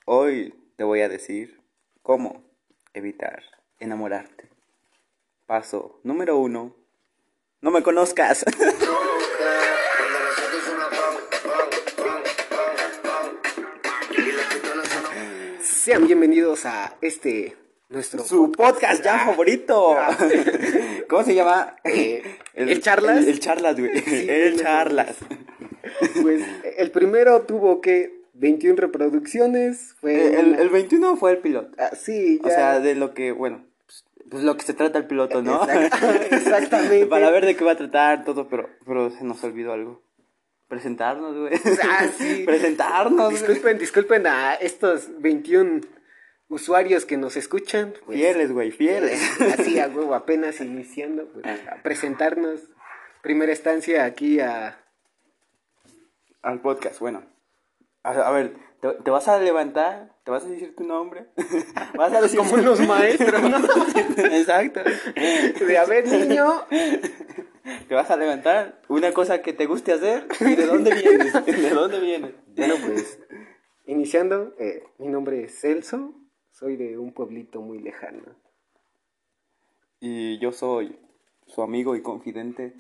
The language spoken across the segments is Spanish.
Hoy te voy a decir cómo evitar enamorarte. Paso número 1. No me conozcas. Sean bienvenidos a nuestro Su podcast ya favorito. ¿Cómo se llama? ¿El Charlas? El Charlas, güey. Sí, el Charlas. Pues el primero tuvo 21 reproducciones. El 21 fue el piloto. Sí, ya. O sea, de lo que, bueno, pues lo que se trata el piloto, ¿no? Exactamente. Para ver de qué va a tratar todo, pero se nos olvidó algo. Presentarnos, güey. Sí. Presentarnos. Disculpen a estos 21 usuarios que nos escuchan. Pues, fieles, güey, fieles. Así a huevo, apenas iniciando, pues, a presentarnos. Primera estancia aquí al podcast. Bueno, a ver, te vas a levantar, te vas a decir tu nombre, vas a decir como los maestros, ¿no? Exacto. De a ver, niño, te vas a levantar, una cosa que te guste hacer, y ¿de dónde vienes? ¿De dónde vienes? Bueno, pues, iniciando, mi nombre es Celso, soy de un pueblito muy lejano. Y yo soy su amigo y confidente,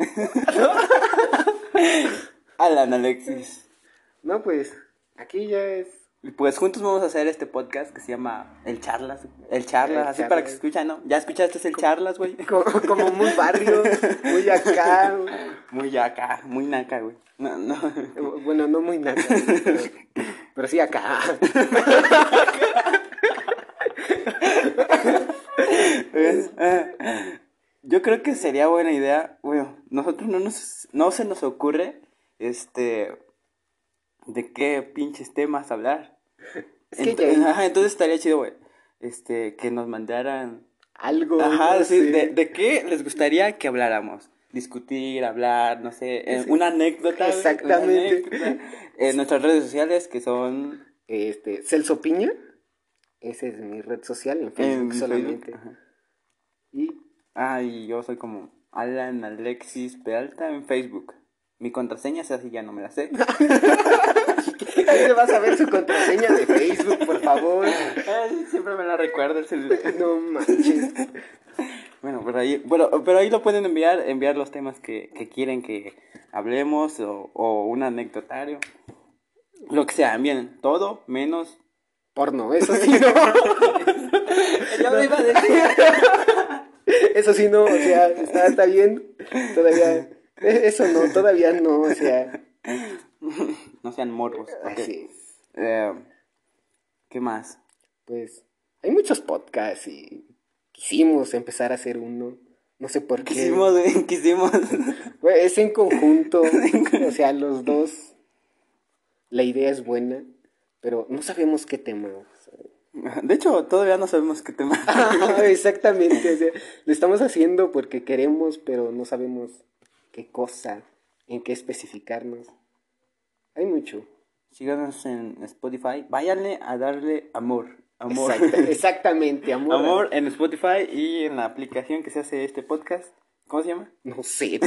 Alan Alexis. No, pues, aquí ya es... Y pues juntos vamos a hacer este podcast que se llama El Charlas. El Charlas, así Charlas. Para que se escuchen, ¿no? ¿Ya escuchaste el Charlas, güey? Como muy barrio, muy acá. Muy acá, muy naca, güey. No. Bueno, no muy naca, pero sí acá. Yo creo que sería buena idea, bueno, nosotros no se nos ocurre, de qué pinches temas hablar. Es que ya... Entonces estaría chido, güey, que nos mandaran algo. Ajá, no sí, sé. de qué les gustaría que habláramos. Discutir, hablar, no sé, Sí. Una anécdota. Exactamente. Una anécdota. Nuestras redes sociales que son... Celso Piña, esa es mi red social, en Facebook solamente. Facebook. Y yo soy como Alan Alexis Peralta en Facebook. Mi contraseña es así, ya no me la sé. Ahí vas a ver su contraseña de Facebook, por favor. Siempre me la recuerda el celular. No manches. Bueno, pero ahí lo pueden enviar los temas que quieren que hablemos o un anecdotario. Lo que sea, envíen todo menos porno, eso sí no. Ya me iba a decir. Eso sí no, o sea, está bien. Todavía, eso no, todavía no, o sea. No sean morros. Así. ¿Qué más? Pues, hay muchos podcasts y quisimos empezar a hacer uno. No sé por qué. Quisimos. Es en conjunto, o sea, los dos. La idea es buena, pero no sabemos qué tema. De hecho, todavía no sabemos qué tema. Exactamente, o sea, lo estamos haciendo porque queremos, pero no sabemos qué cosa, en qué especificarnos. Hay mucho. Síganos en Spotify. Váyanle a darle amor. Exactamente, amor. Amor en Spotify y en la aplicación que se hace este podcast. ¿Cómo se llama? No sé.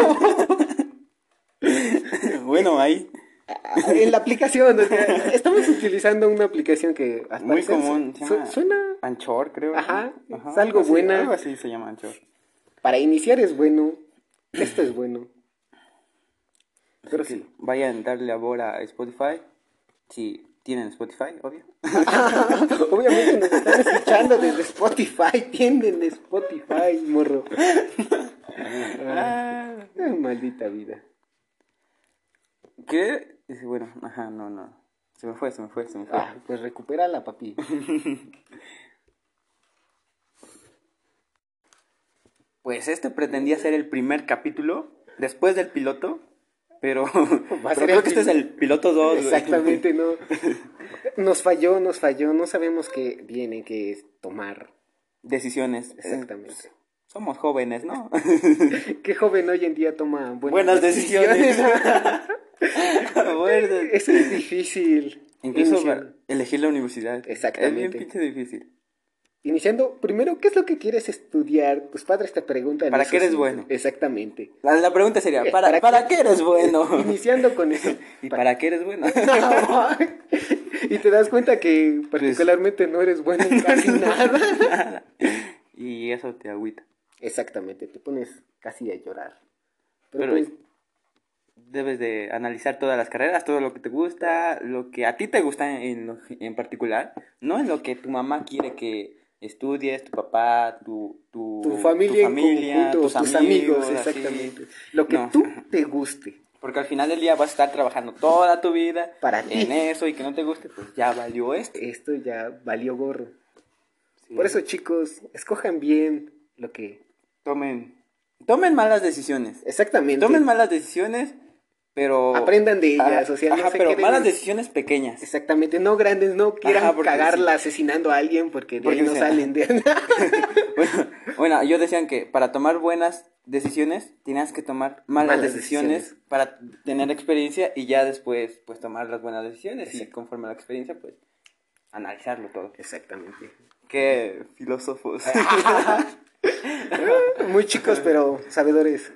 Bueno, ahí. En la aplicación, o sea, estamos utilizando una aplicación que muy común, suena Anchor, creo. Ajá. Es algo buena. Algo así se llama Anchor. Para iniciar es bueno. Esto es bueno. Pero sí. Vayan a darle amor a Spotify. Si tienen Spotify, obvio. Obviamente nos están escuchando desde Spotify. Tienen Spotify, morro. Maldita vida. ¿Qué? Bueno, no. Se me fue. Pues recupérala, papi. Pues pretendía ser el primer capítulo después del piloto, pero creo que este es el piloto 2. Exactamente, no. Nos falló, no sabemos qué viene, qué es tomar decisiones. Exactamente. Somos jóvenes, ¿no? ¿Qué joven hoy en día toma buenas decisiones? Eso es difícil. Incluso elegir la universidad. Exactamente. Es bien pinche difícil. Iniciando, primero, ¿qué es lo que quieres estudiar? Tus padres te preguntan. ¿Para qué eres bueno? Exactamente. La pregunta sería, ¿para qué eres bueno? Iniciando con eso. ¿Y para qué eres bueno? Y Y te das cuenta que particularmente no eres bueno en casi nada. Nada. Y eso te agüita. Exactamente, te pones casi a llorar. Pero pues, debes de analizar todas las carreras, todo lo que te gusta, lo que a ti te gusta en particular, no es lo que tu mamá quiere que estudies, tu papá, tu familia, tu en conjunto, tus amigos, así. exactamente. Lo que No. tú te guste. Porque al final del día vas a estar trabajando toda tu vida Para ti. en eso y que no te guste, pues ya valió esto. Esto ya valió gorro. Sí. Por eso, chicos, escojan bien lo que... Tomen malas decisiones. Exactamente. Tomen malas decisiones, pero... Aprendan de ellas, o sea, no se pero queden... malas decisiones pequeñas. Exactamente, no grandes, no quieran porque cagarla sí. asesinando a alguien porque de ahí Porque no sí. salen de... bueno, ellos decían que para tomar buenas decisiones tenías que tomar malas decisiones para tener experiencia y ya después pues tomar las buenas decisiones y conforme a la experiencia pues analizarlo todo. Exactamente. Qué filósofos. Muy chicos, pero sabedores.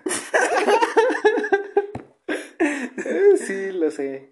Sí, lo sé.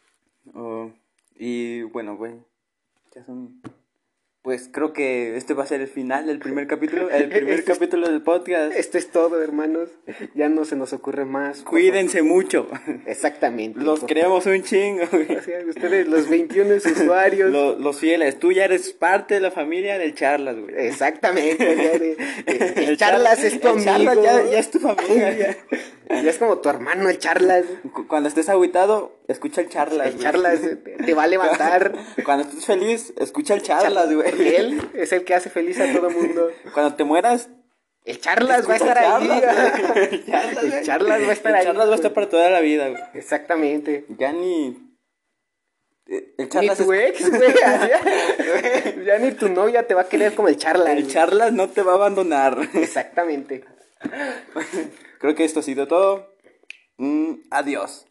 Y bueno, güey, ya son... Pues creo que este va a ser el final del primer capítulo, el primer capítulo del podcast. Esto es todo, hermanos. Ya no se nos ocurre más. Cuídense mucho. Exactamente. Los queremos un chingo, güey. O sea, ustedes, los 21 usuarios. Los fieles, tú ya eres parte de la familia del Charlas, güey. Exactamente. El Charlas es tu amigo. Charlas ya es tu familia. Ya es como tu hermano el Charlas. Cuando estés agüitado, escucha el Charlas. El Charlas te va a levantar. Cuando estés feliz, escucha el Charlas, güey. Porque él es el que hace feliz a todo mundo. Cuando te mueras, el Charlas va a estar ahí. El Charlas va a estar ahí. El Charlas va a estar para toda la vida, güey. Exactamente. Ya ni... El Charlas ni tu ex, güey. Ya ni tu novia te va a querer como el Charlas. El Charlas no te va a abandonar. Exactamente. Creo que esto ha sido todo. Adiós.